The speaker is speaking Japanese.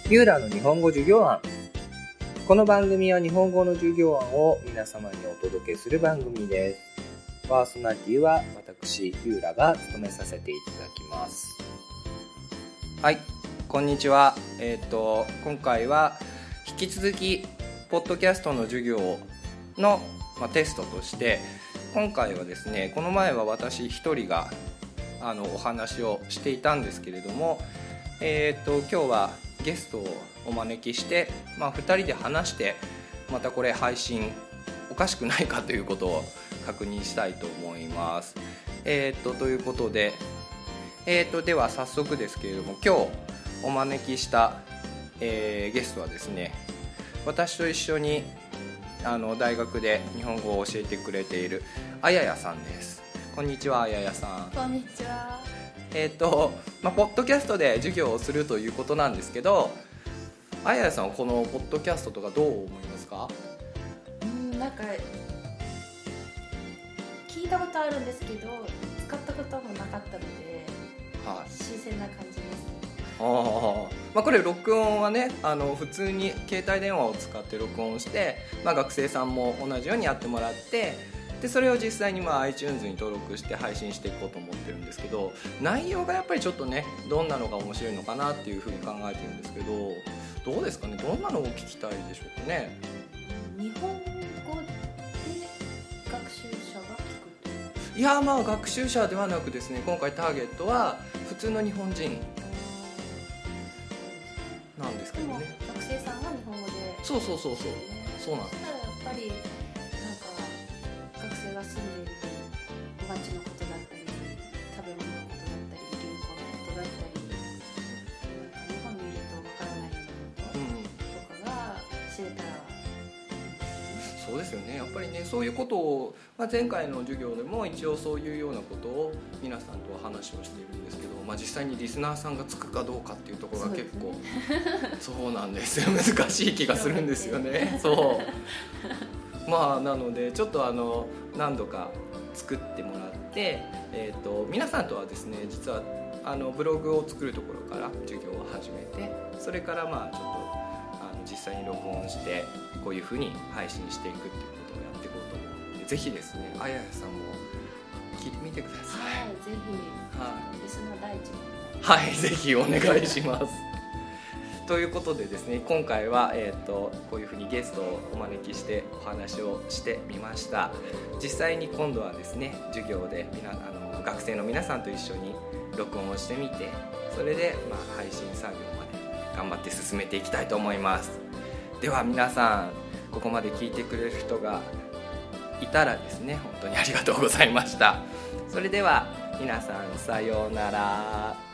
ユーラの日本語授業案。この番組は日本語の授業案を皆様にお届けする番組です。パーソナリティは私ユーラが務めさせていただきます。はい、こんにちは。今回は引き続きポッドキャストの授業の、テストとして、今回はですね、この前は私一人がお話をしていたんですけれども、今日はゲストをお招きして、2人で話してまたこれ配信おかしくないかということを確認したいと思います。ということで、では早速ですけれども、今日お招きした、ゲストはですね、私と一緒に大学で日本語を教えてくれているあややさんです。こんにちは、あややさん。 こんにちは。 ポッドキャストで授業をするということなんですけど、あややさんはこのポッドキャストとかどう思いますか？ なんか聞いたことあるんですけど使ったこともなかったので、新鮮な感じです。 これ録音はね、普通に携帯電話を使って録音して、学生さんも同じようにやってもらって、でそれを実際にiTunes に登録して配信していこうと思ってるんですけど、内容がやっぱりちょっとね、どんなのが面白いのかなっていうふうに考えてるんですけど、どうですかね、どんなのを聞きたいでしょうかね。 日本語で学習者が聞くと？ いや、学習者ではなくですね、今回ターゲットは普通の日本人なんですけどね。 学生さんが日本語で、 そうなんです。 そしたらやっぱり学生が住んでいる街のことだったり、食べ物のことだったり、言語のことだったり、日本にいるとわからないようなこととかが知れたら、 そうですよね。やっぱりね、そういうことを、前回の授業でも一応そういうようなことを皆さんとは話をしているんですけど、実際にリスナーさんがつくかどうかっていうところが結構そうなんですよ、難しい気がするんですよね。そうなのでちょっと何度か作ってもらって、皆さんとはですね、実はブログを作るところから授業を始めて、それからちょっと実際に録音してこういうふうに配信していくっていうことをやっていこうと思うので、ぜひですね、あややさんも聞いてみてください。 はい、ぜひ、リスナー第一に、 はい、ぜひお願いします。ということでですね、今回は、こういうふうにゲストをお招きしてお話をしてみました。実際に今度はですね、授業で学生の皆さんと一緒に録音をしてみて、それで、配信作業まで頑張って進めていきたいと思います。では皆さん、ここまで聞いてくれる人がいたらですね、本当にありがとうございました。それでは皆さん、さようなら。